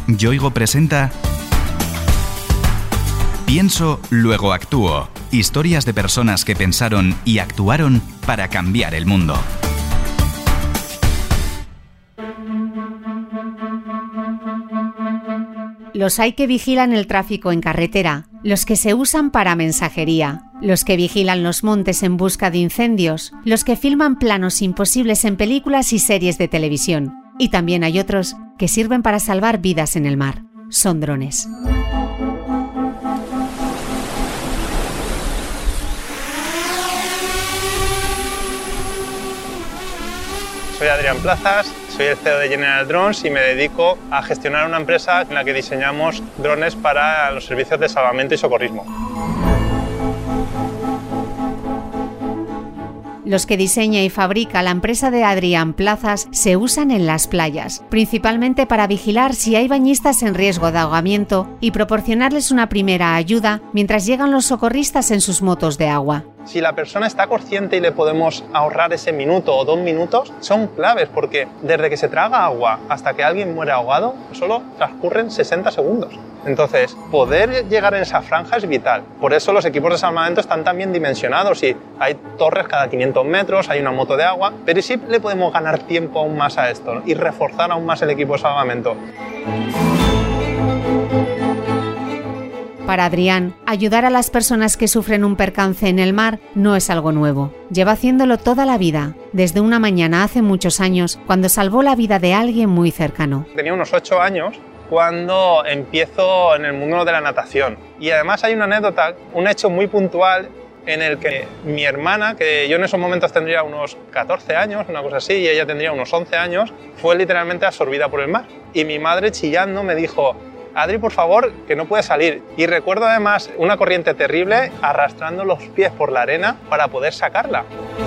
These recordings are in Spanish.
Yoigo presenta Pienso, luego actúo. Historias de personas que pensaron y actuaron para cambiar el mundo. Los hay que vigilan el tráfico en carretera, los que se usan para mensajería, los que vigilan los montes en busca de incendios, los que filman planos imposibles en películas y series de televisión. Y también hay otros que sirven para salvar vidas en el mar. Son drones. Soy Adrián Plazas, soy el CEO de General Drones y me dedico a gestionar una empresa en la que diseñamos drones para los servicios de salvamento y socorrismo. Los que diseña y fabrica la empresa de Adrián Plazas se usan en las playas, principalmente para vigilar si hay bañistas en riesgo de ahogamiento y proporcionarles una primera ayuda mientras llegan los socorristas en sus motos de agua. Si la persona está consciente y le podemos ahorrar ese minuto o 2 minutos, son claves porque desde que se traga agua hasta que alguien muere ahogado, solo transcurren 60 segundos. Entonces, poder llegar en esa franja es vital. Por eso los equipos de salvamento están tan bien dimensionados y hay torres cada 500 metros, hay una moto de agua, pero sí le podemos ganar tiempo aún más a esto, ¿no? Y reforzar aún más el equipo de salvamento. Para Adrián, ayudar a las personas que sufren un percance en el mar no es algo nuevo. Lleva haciéndolo toda la vida, desde una mañana hace muchos años, cuando salvó la vida de alguien muy cercano. Tenía unos 8 años cuando empiezo en el mundo de la natación. Y además hay una anécdota, un hecho muy puntual en el que mi hermana, que yo en esos momentos tendría unos 14 años, una cosa así, y ella tendría unos 11 años, fue literalmente absorbida por el mar. Y mi madre chillando me dijo: Adri, por favor, que no puede salir. Y recuerdo además una corriente terrible arrastrando los pies por la arena para poder sacarla.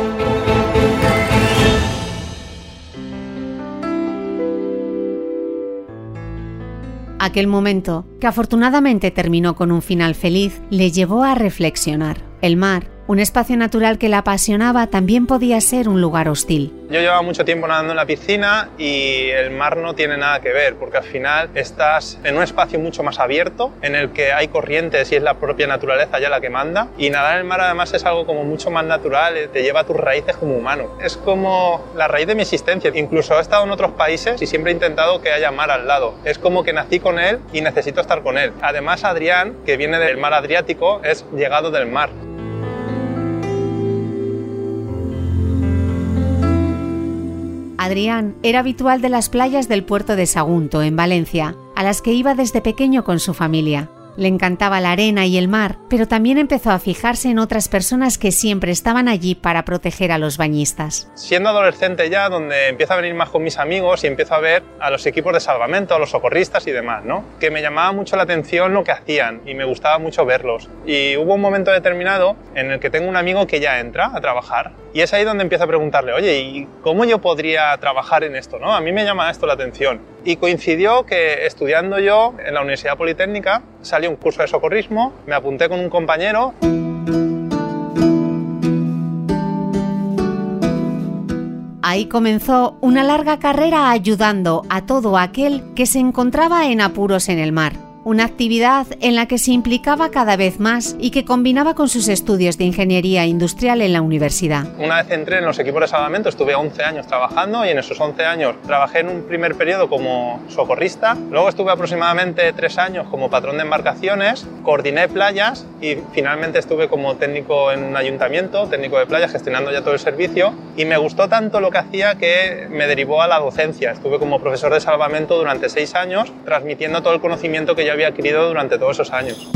Aquel momento, que afortunadamente terminó con un final feliz, le llevó a reflexionar. El mar, un espacio natural que la apasionaba, también podía ser un lugar hostil. Yo llevaba mucho tiempo nadando en la piscina y el mar no tiene nada que ver, porque al final estás en un espacio mucho más abierto, en el que hay corrientes y es la propia naturaleza ya la que manda. Y nadar en el mar además es algo como mucho más natural, te lleva a tus raíces como humano. Es como la raíz de mi existencia. Incluso he estado en otros países y siempre he intentado que haya mar al lado. Es como que nací con él y necesito estar con él. Además, Adrián, que viene del mar Adriático, es llegado del mar. Adrián era habitual de las playas del puerto de Sagunto, en Valencia, a las que iba desde pequeño con su familia. Le encantaba la arena y el mar, pero también empezó a fijarse en otras personas que siempre estaban allí para proteger a los bañistas. Siendo adolescente ya, donde empiezo a venir más con mis amigos y empiezo a ver a los equipos de salvamento, a los socorristas y demás, ¿no? Que me llamaba mucho la atención lo que hacían y me gustaba mucho verlos. Y hubo un momento determinado en el que tengo un amigo que ya entra a trabajar y es ahí donde empiezo a preguntarle: oye, ¿y cómo yo podría trabajar en esto, no? A mí me llama esto la atención. Y coincidió que estudiando yo en la Universidad Politécnica salió un curso de socorrismo, me apunté con un compañero. Ahí comenzó una larga carrera ayudando a todo aquel que se encontraba en apuros en el mar. Una actividad en la que se implicaba cada vez más y que combinaba con sus estudios de ingeniería industrial en la universidad. Una vez entré en los equipos de salvamento, estuve 11 años trabajando y en esos 11 años trabajé en un primer periodo como socorrista, luego estuve aproximadamente 3 años como patrón de embarcaciones, coordiné playas y finalmente estuve como técnico en un ayuntamiento, técnico de playas, gestionando ya todo el servicio, y me gustó tanto lo que hacía que me derivó a la docencia. Estuve como profesor de salvamento durante 6 años, transmitiendo todo el conocimiento que yo había adquirido durante todos esos años.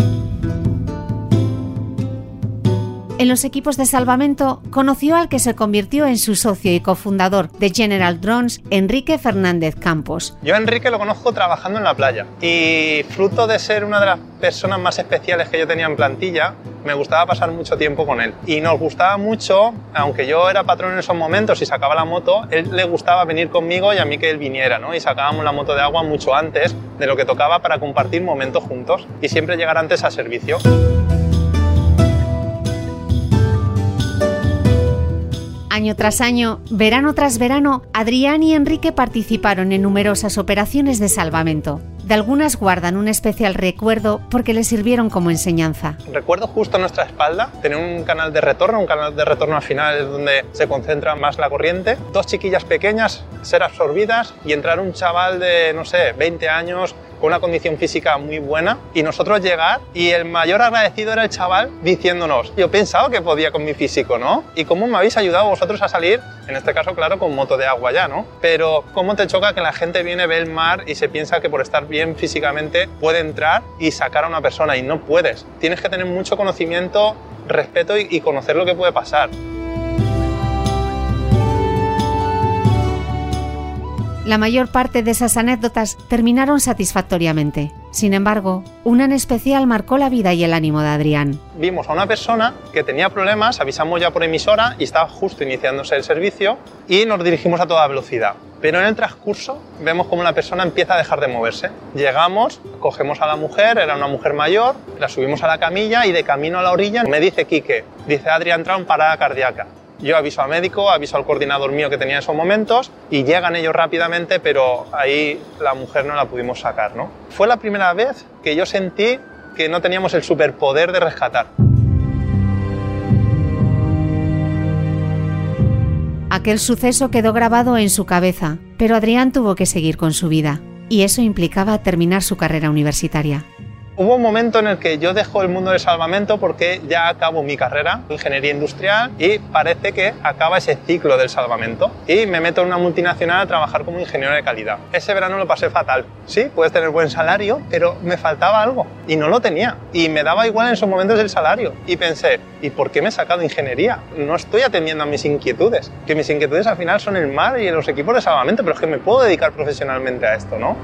En los equipos de salvamento conoció al que se convirtió en su socio y cofundador de General Drones, Enrique Fernández Campos. Yo a Enrique lo conozco trabajando en la playa y fruto de ser una de las personas más especiales que yo tenía en plantilla, me gustaba pasar mucho tiempo con él. Y nos gustaba mucho, aunque yo era patrón en esos momentos y sacaba la moto, él le gustaba venir conmigo y a mí que él viniera, ¿no? Y sacábamos la moto de agua mucho antes de lo que tocaba para compartir momentos juntos y siempre llegar antes a servicio. Año tras año, verano tras verano, Adrián y Enrique participaron en numerosas operaciones de salvamento. De algunas guardan un especial recuerdo porque les sirvieron como enseñanza. Recuerdo justo a nuestra espalda tener un canal de retorno al final es donde se concentra más la corriente, 2 chiquillas pequeñas ser absorbidas y entrar un chaval de, no sé, 20 años con una condición física muy buena y nosotros llegar y el mayor agradecido era el chaval diciéndonos, yo pensaba que podía con mi físico, ¿no? Y cómo me habéis ayudado vosotros a salir, en este caso, claro, con moto de agua ya, ¿no? Pero cómo te choca que la gente viene, ve el mar y se piensa que por estar bien físicamente puede entrar y sacar a una persona y no puedes. Tienes que tener mucho conocimiento, respeto y conocer lo que puede pasar. La mayor parte de esas anécdotas terminaron satisfactoriamente. Sin embargo, una en especial marcó la vida y el ánimo de Adrián. Vimos a una persona que tenía problemas, avisamos ya por emisora y estaba justo iniciándose el servicio y nos dirigimos a toda velocidad. Pero en el transcurso vemos como la persona empieza a dejar de moverse. Llegamos, cogemos a la mujer, era una mujer mayor, la subimos a la camilla y de camino a la orilla me dice Quique, dice Adri ha entrado en parada cardíaca. Yo aviso al médico, aviso al coordinador mío que tenía en esos momentos y llegan ellos rápidamente, pero ahí la mujer no la pudimos sacar, ¿no? Fue la primera vez que yo sentí que no teníamos el superpoder de rescatar. Aquel suceso quedó grabado en su cabeza, pero Adrián tuvo que seguir con su vida, y eso implicaba terminar su carrera universitaria. Hubo un momento en el que yo dejo el mundo del salvamento porque ya acabo mi carrera de ingeniería industrial y parece que acaba ese ciclo del salvamento y me meto en una multinacional a trabajar como ingeniero de calidad. Ese verano lo pasé fatal. Sí, puedes tener buen salario, pero me faltaba algo y no lo tenía y me daba igual en esos momentos el salario y pensé, ¿y por qué me he sacado ingeniería? No estoy atendiendo a mis inquietudes, que mis inquietudes al final son el mar y los equipos de salvamento, pero es que me puedo dedicar profesionalmente a esto, ¿no?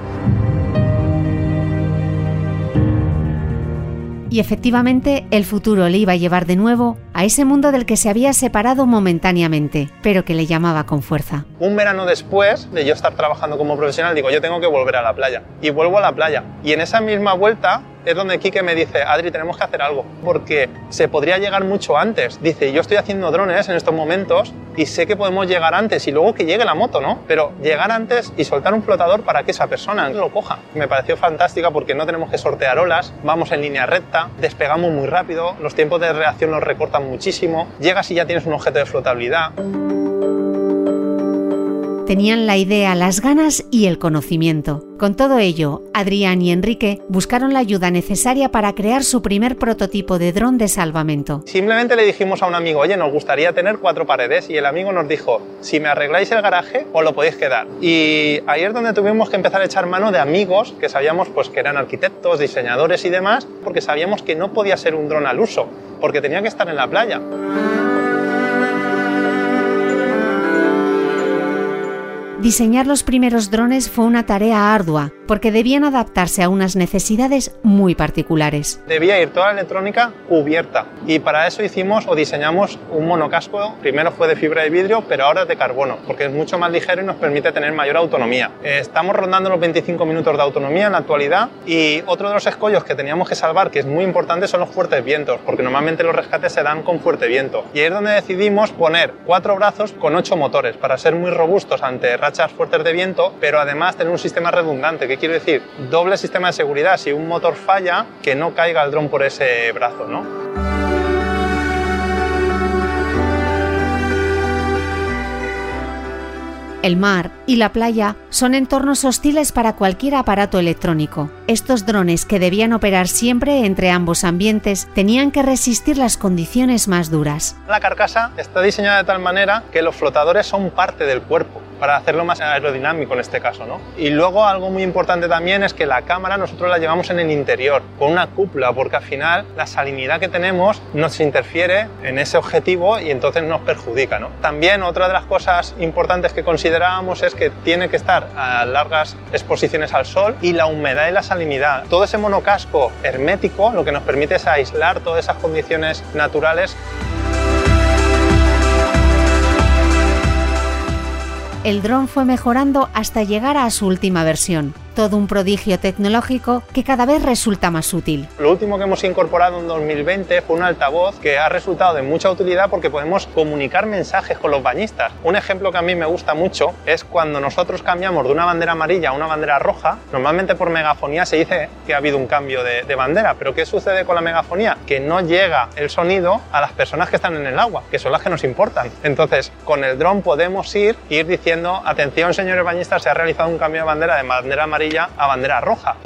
Y efectivamente, el futuro le iba a llevar de nuevo a ese mundo del que se había separado momentáneamente, pero que le llamaba con fuerza. Un verano después de yo estar trabajando como profesional, digo, yo tengo que volver a la playa. Y vuelvo a la playa. Y en esa misma vuelta es donde Quique me dice, Adri, tenemos que hacer algo, porque se podría llegar mucho antes. Dice, yo estoy haciendo drones en estos momentos y sé que podemos llegar antes y luego que llegue la moto, ¿no? Pero llegar antes y soltar un flotador para que esa persona lo coja. Me pareció fantástica porque no tenemos que sortear olas, vamos en línea recta, despegamos muy rápido, los tiempos de reacción los recortan muchísimo, llegas y ya tienes un objeto de flotabilidad. Tenían la idea, las ganas y el conocimiento. Con todo ello, Adrián y Enrique buscaron la ayuda necesaria para crear su primer prototipo de dron de salvamento. Simplemente le dijimos a un amigo, oye, nos gustaría tener 4 paredes, y el amigo nos dijo, si me arregláis el garaje, os lo podéis quedar. Y ahí es donde tuvimos que empezar a echar mano de amigos que sabíamos pues, que eran arquitectos, diseñadores y demás, porque sabíamos que no podía ser un dron al uso, porque tenía que estar en la playa. Diseñar los primeros drones fue una tarea ardua, porque debían adaptarse a unas necesidades muy particulares. Debía ir toda la electrónica cubierta y para eso hicimos o diseñamos un monocasco. Primero fue de fibra de vidrio, pero ahora es de carbono, porque es mucho más ligero y nos permite tener mayor autonomía. Estamos rondando los 25 minutos de autonomía en la actualidad y otro de los escollos que teníamos que salvar, que es muy importante, son los fuertes vientos, porque normalmente los rescates se dan con fuerte viento. Y ahí es donde decidimos poner 4 brazos con 8 motores para ser muy robustos ante rachas fuertes de viento, pero además tener un sistema redundante. ¿Qué quiero decir? Doble sistema de seguridad. Si un motor falla, que no caiga el dron por ese brazo, ¿no? El mar y la playa son entornos hostiles para cualquier aparato electrónico. Estos drones, que debían operar siempre entre ambos ambientes, tenían que resistir las condiciones más duras. La carcasa está diseñada de tal manera que los flotadores son parte del cuerpo, para hacerlo más aerodinámico en este caso, ¿no? Y luego algo muy importante también es que la cámara nosotros la llevamos en el interior, con una cúpula, porque al final la salinidad que tenemos nos interfiere en ese objetivo y entonces nos perjudica, ¿no? También otra de las cosas importantes que considerábamos es que tiene que estar a largas exposiciones al sol y la humedad y la salinidad. Todo ese monocasco hermético lo que nos permite es aislar todas esas condiciones naturales. El dron fue mejorando hasta llegar a su última versión. todo un prodigio tecnológico que cada vez resulta más útil. Lo último que hemos incorporado en 2020 fue un altavoz que ha resultado de mucha utilidad porque podemos comunicar mensajes con los bañistas. Un ejemplo que a mí me gusta mucho es cuando nosotros cambiamos de una bandera amarilla a una bandera roja. Normalmente por megafonía se dice que ha habido un cambio de bandera, pero ¿qué sucede con la megafonía? Que no llega el sonido a las personas que están en el agua, que son las que nos importan. Entonces, con el dron podemos ir diciendo: atención señores bañistas, se ha realizado un cambio de bandera amarilla a bandera roja.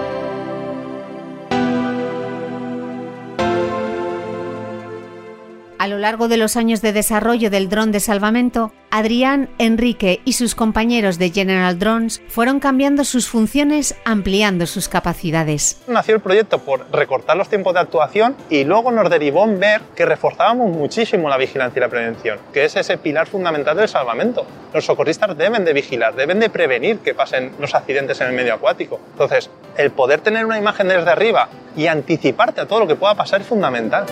A lo largo de los años de desarrollo del dron de salvamento, Adrián, Enrique y sus compañeros de General Drones fueron cambiando sus funciones, ampliando sus capacidades. Nació el proyecto por recortar los tiempos de actuación y luego nos derivó en ver que reforzábamos muchísimo la vigilancia y la prevención, que es ese pilar fundamental del salvamento. Los socorristas deben de vigilar, deben de prevenir que pasen los accidentes en el medio acuático. Entonces, el poder tener una imagen desde arriba y anticiparte a todo lo que pueda pasar es fundamental.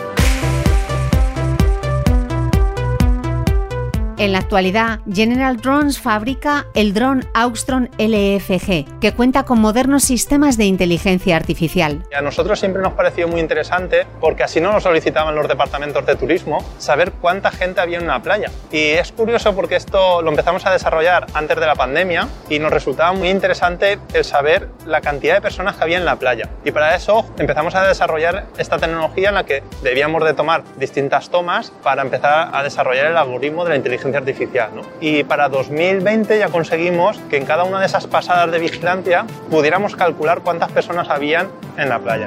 En la actualidad, General Drones fabrica el dron Auxtron LFG, que cuenta con modernos sistemas de inteligencia artificial. A nosotros siempre nos pareció muy interesante, porque así nos lo solicitaban los departamentos de turismo, saber cuánta gente había en una playa. Y es curioso porque esto lo empezamos a desarrollar antes de la pandemia y nos resultaba muy interesante el saber la cantidad de personas que había en la playa. Y para eso empezamos a desarrollar esta tecnología en la que debíamos de tomar distintas tomas para empezar a desarrollar el algoritmo de la inteligencia artificial, ¿no? Y para 2020 ya conseguimos que en cada una de esas pasadas de vigilancia pudiéramos calcular cuántas personas habían en la playa.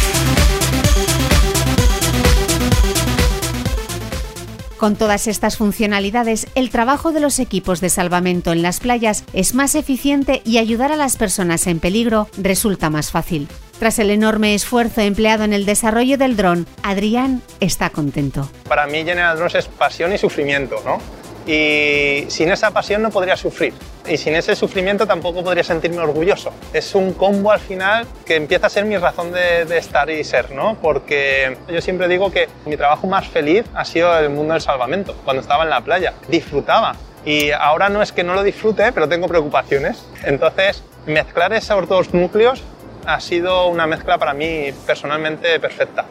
Con todas estas funcionalidades, el trabajo de los equipos de salvamento en las playas es más eficiente y ayudar a las personas en peligro resulta más fácil. Tras el enorme esfuerzo empleado en el desarrollo del dron, Adrián está contento. Para mí General Drones es pasión y sufrimiento, ¿no? Y sin esa pasión no podría sufrir. Y sin ese sufrimiento tampoco podría sentirme orgulloso. Es un combo al final que empieza a ser mi razón de estar y ser, ¿no? Porque yo siempre digo que mi trabajo más feliz ha sido el mundo del salvamento, cuando estaba en la playa. Disfrutaba. Y ahora no es que no lo disfrute, pero tengo preocupaciones. Entonces, mezclar esos dos núcleos ha sido una mezcla para mí personalmente perfecta.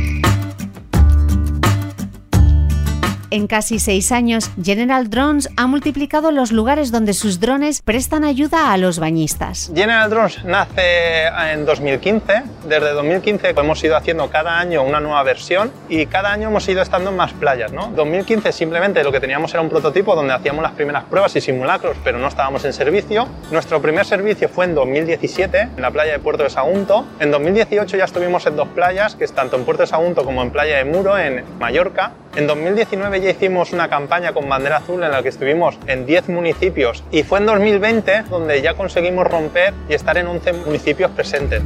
En casi 6 años, General Drones ha multiplicado los lugares donde sus drones prestan ayuda a los bañistas. General Drones nace en 2015. Desde 2015 hemos ido haciendo cada año una nueva versión y cada año hemos ido estando en más playas, ¿no? 2015 simplemente lo que teníamos era un prototipo donde hacíamos las primeras pruebas y simulacros, pero no estábamos en servicio. Nuestro primer servicio fue en 2017, en la playa de Puerto de Sagunto. En 2018 ya estuvimos en 2 playas, que es tanto en Puerto de Sagunto como en Playa de Muro, en Mallorca. En 2019 ya hicimos una campaña con bandera azul en la que estuvimos en 10 municipios y fue en 2020 donde ya conseguimos romper y estar en 11 municipios presentes.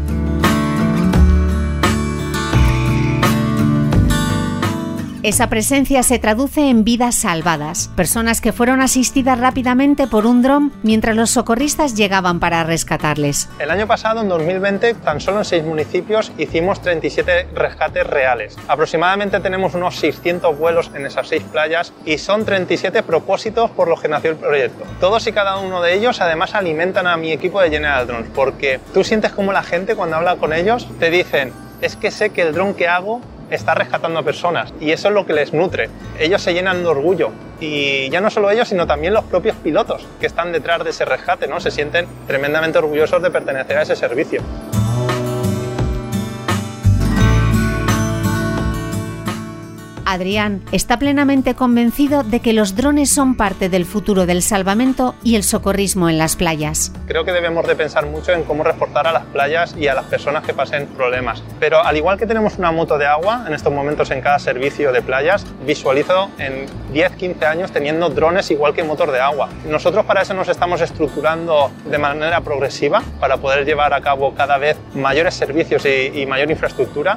Esa presencia se traduce en vidas salvadas, personas que fueron asistidas rápidamente por un dron mientras los socorristas llegaban para rescatarles. El año pasado, en 2020, tan solo en 6 municipios hicimos 37 rescates reales. Aproximadamente tenemos unos 600 vuelos en esas 6 playas y son 37 propósitos por los que nació el proyecto. Todos y cada uno de ellos además alimentan a mi equipo de General Drones, porque tú sientes como la gente cuando habla con ellos te dicen: es que sé que el dron que hago está rescatando a personas y eso es lo que les nutre. Ellos se llenan de orgullo y ya no solo ellos, sino también los propios pilotos que están detrás de ese rescate, ¿no? Se sienten tremendamente orgullosos de pertenecer a ese servicio. Adrián está plenamente convencido de que los drones son parte del futuro del salvamento y el socorrismo en las playas. Creo que debemos de pensar mucho en cómo reforzar a las playas y a las personas que pasen problemas. Pero al igual que tenemos una moto de agua en estos momentos en cada servicio de playas, visualizo en 10-15 años teniendo drones igual que motor de agua. Nosotros para eso nos estamos estructurando de manera progresiva para poder llevar a cabo cada vez mayores servicios y mayor infraestructura.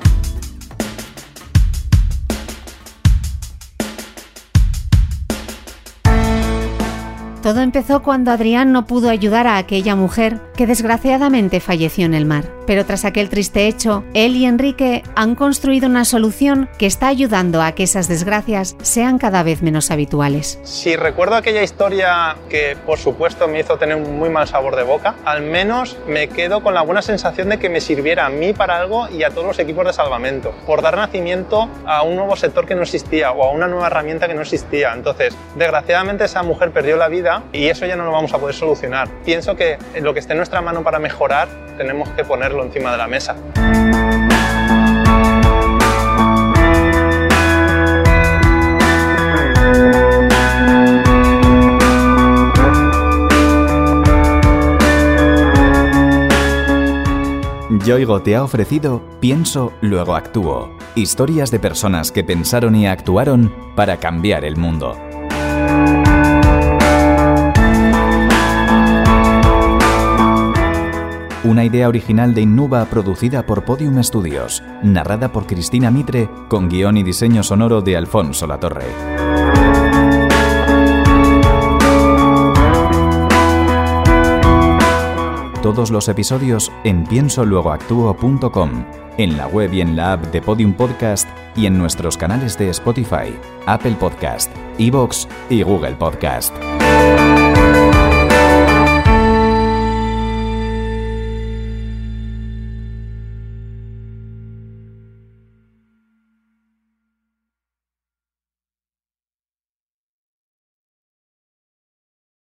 Todo empezó cuando Adrián no pudo ayudar a aquella mujer que desgraciadamente falleció en el mar. Pero tras aquel triste hecho, él y Enrique han construido una solución que está ayudando a que esas desgracias sean cada vez menos habituales. Si recuerdo aquella historia que, por supuesto, me hizo tener un muy mal sabor de boca, al menos me quedo con la buena sensación de que me sirviera a mí para algo y a todos los equipos de salvamento, por dar nacimiento a un nuevo sector que no existía o a una nueva herramienta que no existía. Entonces, desgraciadamente esa mujer perdió la vida y eso ya no lo vamos a poder solucionar. Pienso que lo que esté en nuestra mano para mejorar, tenemos que ponerlo encima de la mesa. Yoigo te ha ofrecido Pienso, luego actúo. Historias de personas que pensaron y actuaron para cambiar el mundo. Una idea original de Innuba producida por Podium Studios, narrada por Cristina Mitre, con guión y diseño sonoro de Alfonso Latorre. Todos los episodios en piensoluegoactuo.com, en la web y en la app de Podium Podcast y en nuestros canales de Spotify, Apple Podcast, iVoox y Google Podcast.